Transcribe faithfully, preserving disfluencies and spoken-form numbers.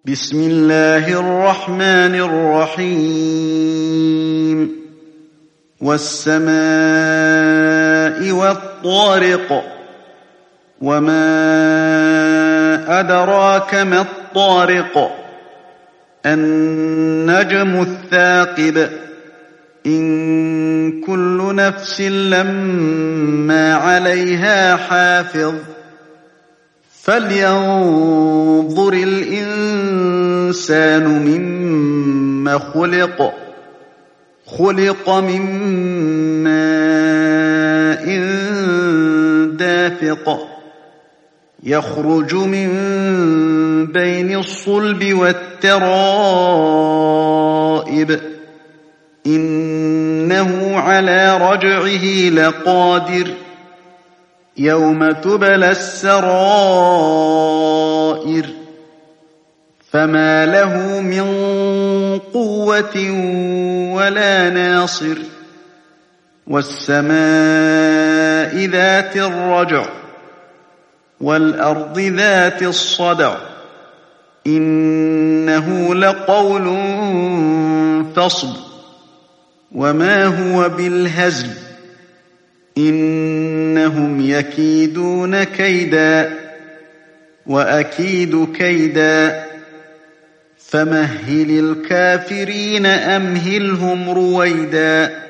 بسم الله الرحمن الرحيم والسماء والطارق وما أدراك ما الطارق النجم الثاقب إن كل نفس لما عليها حافظ فلينظر الإنسان مما خلق خلق من ماء دافق يخرج من بين الصلب والترائب إنه على رجعه لقادر يوم تبلى السرائر فما له من قوة ولا ناصر والسماء ذات الرجع والأرض ذات الصدع إنه لقول فصل وما هو بالهزل إنهم يكيدون كيدا وأكيد كيدا فمهل الكافرين أمهلهم رويدا